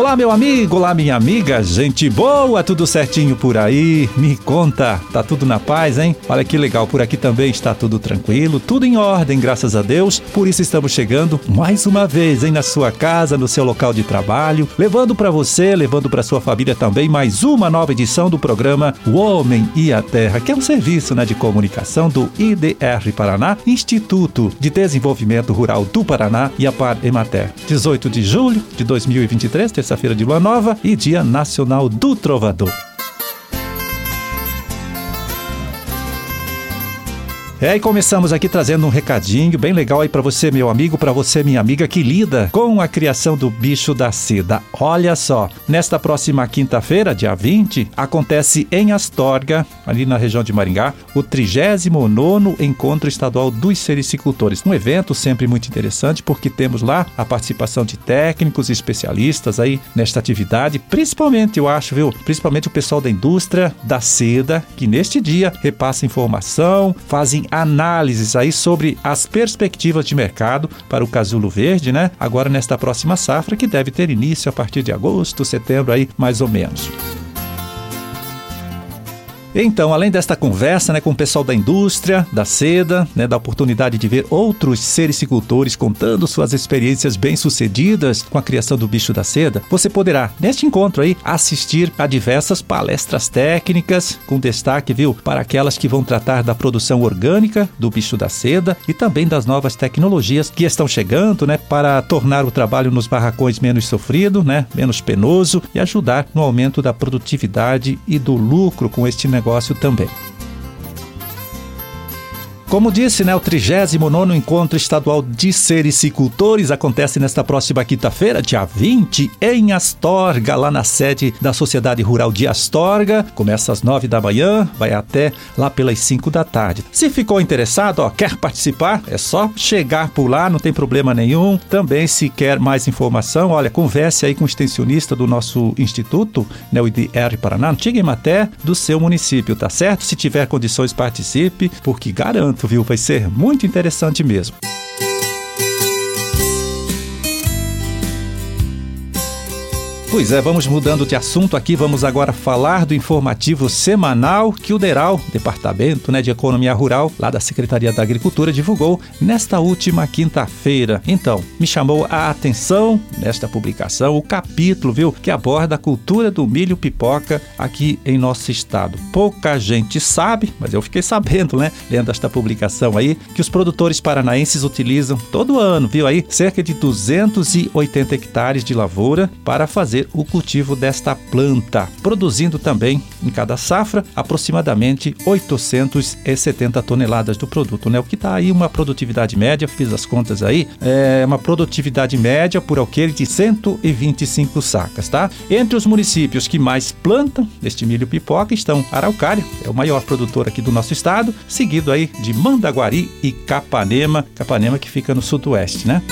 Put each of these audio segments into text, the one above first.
Olá, meu amigo, olá, minha amiga, gente boa, tudo certinho por aí? Me conta, tá tudo na paz, hein? Olha que legal, por aqui também está tudo tranquilo, tudo em ordem, graças a Deus. Por isso estamos chegando mais uma vez, hein, na sua casa, no seu local de trabalho, levando para você, levando para sua família também mais uma nova edição do programa O Homem e a Terra, que é um serviço, né, de comunicação do IDR Paraná, Instituto de Desenvolvimento Rural do Paraná, e a Par Emater. 18 de julho de 2023, terça-feira de lua nova e Dia Nacional do Trovador. E começamos aqui trazendo um recadinho bem legal aí para você, meu amigo, para você, minha amiga, que lida com a criação do bicho da seda. Olha só, nesta próxima quinta-feira, dia 20, acontece em Astorga, ali na região de Maringá, o 39º Encontro Estadual dos Sericicultores. Um evento sempre muito interessante, porque temos lá a participação de técnicos e especialistas aí nesta atividade, principalmente, eu acho, viu? Principalmente o pessoal da indústria da seda, que neste dia repassa informação, fazem análises aí sobre as perspectivas de mercado para o casulo verde, né? Agora nesta próxima safra, que deve ter início a partir de agosto, setembro aí, mais ou menos. Então, além desta conversa, né, com o pessoal da indústria, da seda, né, da oportunidade de ver outros sericicultores contando suas experiências bem-sucedidas com a criação do bicho da seda, você poderá, neste encontro aí, assistir a diversas palestras técnicas, com destaque, viu, para aquelas que vão tratar da produção orgânica do bicho da seda e também das novas tecnologias que estão chegando, né, para tornar o trabalho nos barracões menos sofrido, né, menos penoso e ajudar no aumento da produtividade e do lucro com este negócio também. Como disse, né, o 39º Encontro Estadual de Sericicultores acontece nesta próxima quinta-feira, dia 20, em Astorga, lá na sede da Sociedade Rural de Astorga. Começa às 9 da manhã, vai até lá pelas 5 da tarde. Se ficou interessado, quer participar, é só chegar por lá, não tem problema nenhum. Também, se quer mais informação, olha, converse aí com o extensionista do nosso instituto, né, o IDR Paraná, Antiga Emater, do seu município, tá certo? Se tiver condições, participe, porque garanto, viu? Vai ser muito interessante mesmo. Pois é, vamos mudando de assunto aqui, vamos agora falar do informativo semanal que o DERAL, Departamento, né, de Economia Rural, lá da Secretaria da Agricultura, divulgou nesta última quinta-feira. Então, me chamou a atenção, nesta publicação, o capítulo, viu, que aborda a cultura do milho pipoca aqui em nosso estado. Pouca gente sabe, mas eu fiquei sabendo, né, lendo esta publicação aí, que os produtores paranaenses utilizam todo ano, viu aí, cerca de 280 hectares de lavoura para fazer o cultivo desta planta, produzindo também em cada safra aproximadamente 870 toneladas do produto, né? O que dá aí uma produtividade média, fiz as contas aí, uma produtividade média por alqueire de 125 sacas, tá? Entre os municípios que mais plantam este milho pipoca estão Araucária, é o maior produtor aqui do nosso estado, seguido aí de Mandaguari e Capanema que fica no sudoeste, né?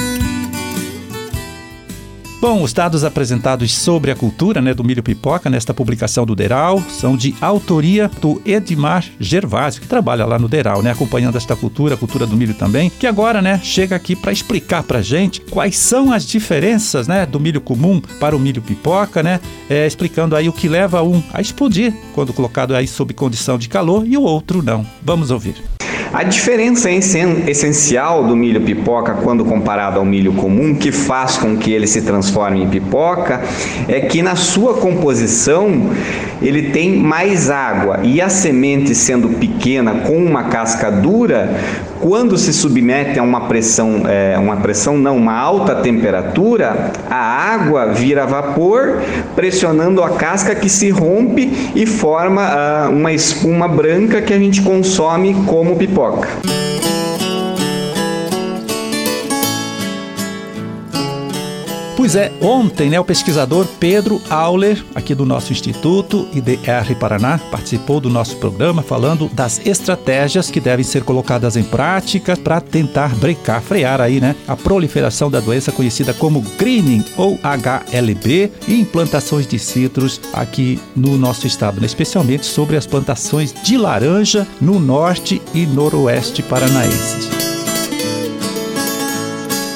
Bom, os dados apresentados sobre a cultura, né, do milho pipoca nesta publicação do DERAL são de autoria do Edmar Gervásio, que trabalha lá no DERAL, né, acompanhando esta cultura, a cultura do milho também, que agora, né, chega aqui para explicar pra gente quais são as diferenças, né, do milho comum para o milho pipoca, né, explicando aí o que leva um a explodir quando colocado aí sob condição de calor e o outro não. Vamos ouvir. A diferença essencial do milho pipoca quando comparado ao milho comum, que faz com que ele se transforme em pipoca, é que na sua composição ele tem mais água, e a semente sendo pequena com uma casca dura, quando se submete a uma alta temperatura, a água vira vapor, pressionando a casca que se rompe e forma uma espuma branca que a gente consome como pipoca. Pois é, ontem, né, o pesquisador Pedro Auler, aqui do nosso Instituto IDR Paraná, participou do nosso programa falando das estratégias que devem ser colocadas em prática para tentar frear aí, né, a proliferação da doença conhecida como greening ou HLB e implantações de citros aqui no nosso estado, né, especialmente sobre as plantações de laranja no norte e noroeste paranaenses.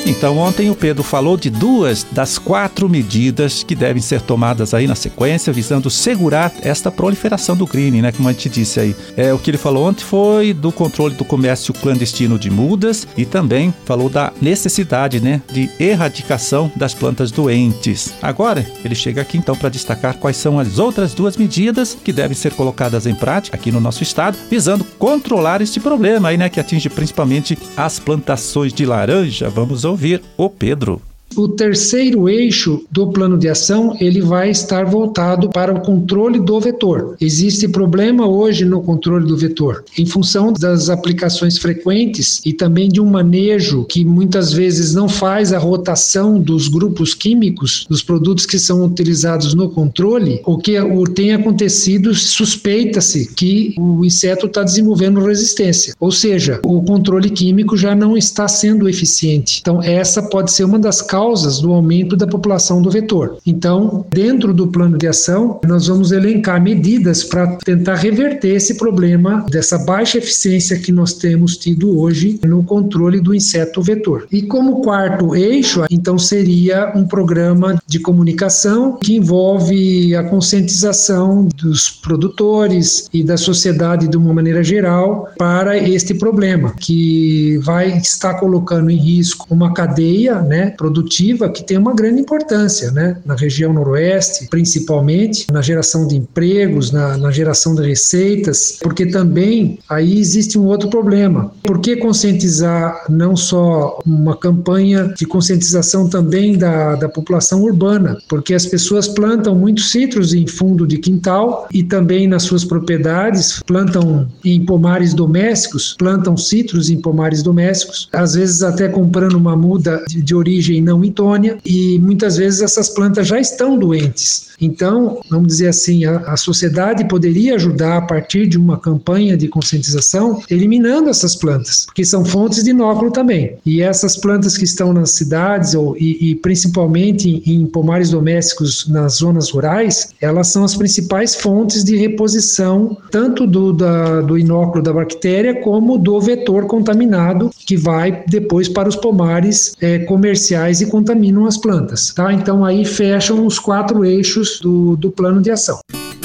Então ontem o Pedro falou de 2 das 4 medidas que devem ser tomadas aí na sequência, visando segurar esta proliferação do greening, né? Como a gente disse aí. O que ele falou ontem foi do controle do comércio clandestino de mudas e também falou da necessidade, né, de erradicação das plantas doentes. Agora, ele chega aqui então para destacar quais são as outras 2 medidas que devem ser colocadas em prática aqui no nosso estado, visando controlar este problema aí, né, que atinge principalmente as plantações de laranja. Vamos ouvir o Pedro. O terceiro eixo do plano de ação, ele vai estar voltado para o controle do vetor. Existe problema hoje no controle do vetor, em função das aplicações frequentes e também de um manejo que muitas vezes não faz a rotação dos grupos químicos, dos produtos que são utilizados no controle. O que tem acontecido, suspeita-se que o inseto está desenvolvendo resistência, ou seja, o controle químico já não está sendo eficiente. Então, essa pode ser uma das causas do aumento da população do vetor. Então, dentro do plano de ação, nós vamos elencar medidas para tentar reverter esse problema dessa baixa eficiência que nós temos tido hoje no controle do inseto vetor. E como quarto eixo, então seria um programa de comunicação que envolve a conscientização dos produtores e da sociedade de uma maneira geral para este problema, que vai estar colocando em risco uma cadeia, né, produtiva que tem uma grande importância, né, na região noroeste, principalmente na geração de empregos, na geração de receitas, porque também aí existe um outro problema. Por que conscientizar não só uma campanha de conscientização também da população urbana? Porque as pessoas plantam muitos citros em fundo de quintal e também nas suas propriedades, plantam em pomares domésticos, plantam citros em pomares domésticos, às vezes até comprando uma muda de origem não idônea, e muitas vezes essas plantas já estão doentes. Então, vamos dizer assim, a sociedade poderia ajudar a partir de uma campanha de conscientização, eliminando essas plantas, porque são fontes de inóculo também. E essas plantas que estão nas cidades e principalmente em pomares domésticos nas zonas rurais, elas são as principais fontes de reposição tanto do inóculo da bactéria como do vetor contaminado que vai depois para os pomares comerciais e contaminam as plantas. Tá? Então aí fecham os 4 eixos do plano de ação.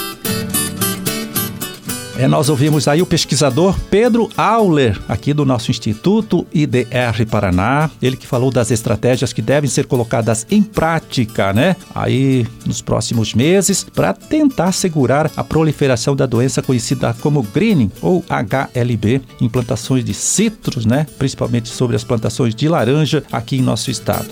Nós ouvimos aí o pesquisador Pedro Auler, aqui do nosso Instituto IDR Paraná, ele que falou das estratégias que devem ser colocadas em prática, né? Aí nos próximos meses, para tentar segurar a proliferação da doença conhecida como greening ou HLB, em plantações de citros, né? Principalmente sobre as plantações de laranja aqui em nosso estado.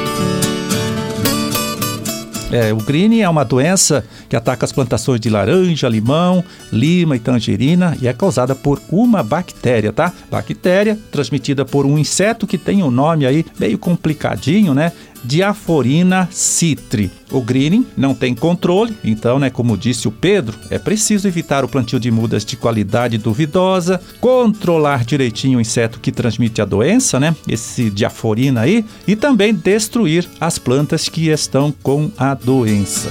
O greening é uma doença que ataca as plantações de laranja, limão, lima e tangerina e é causada por uma bactéria, tá? Bactéria transmitida por um inseto que tem um nome aí meio complicadinho, né? Diaphorina citri. O greening não tem controle, então, né, como disse o Pedro, é preciso evitar o plantio de mudas de qualidade duvidosa, controlar direitinho o inseto que transmite a doença, né, esse diaphorina aí, e também destruir as plantas que estão com a doença.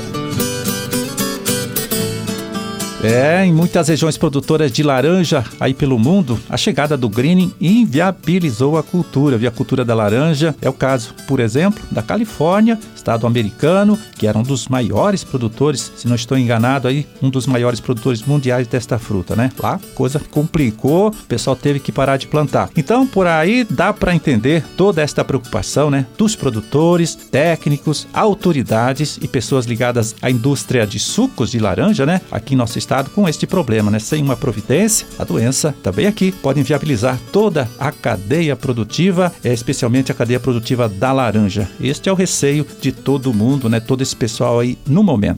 Em muitas regiões produtoras de laranja aí pelo mundo, a chegada do greening inviabilizou a cultura da laranja. É o caso, por exemplo, da Califórnia, estado americano, que era um dos maiores produtores, se não estou enganado aí, um dos maiores produtores mundiais desta fruta, né? Lá, coisa complicou, o pessoal teve que parar de plantar. Então, por aí dá para entender toda esta preocupação, né, dos produtores, técnicos, autoridades e pessoas ligadas à indústria de sucos de laranja, né, aqui em nosso estado, com este problema, né? Sem uma providência, a doença também aqui pode inviabilizar toda a cadeia produtiva, especialmente a cadeia produtiva da laranja. Este é o receio de todo mundo, né? Todo esse pessoal aí no momento.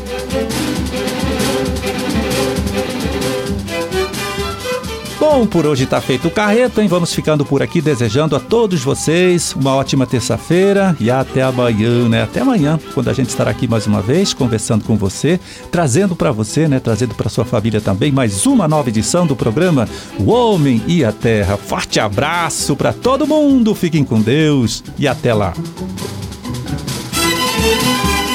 Bom, por hoje está feito o carreto, hein? Vamos ficando por aqui desejando a todos vocês uma ótima terça-feira e até amanhã, né? Até amanhã, quando a gente estará aqui mais uma vez conversando com você, trazendo para você, né? Trazendo para sua família também mais uma nova edição do programa O Homem e a Terra. Forte abraço para todo mundo, fiquem com Deus e até lá.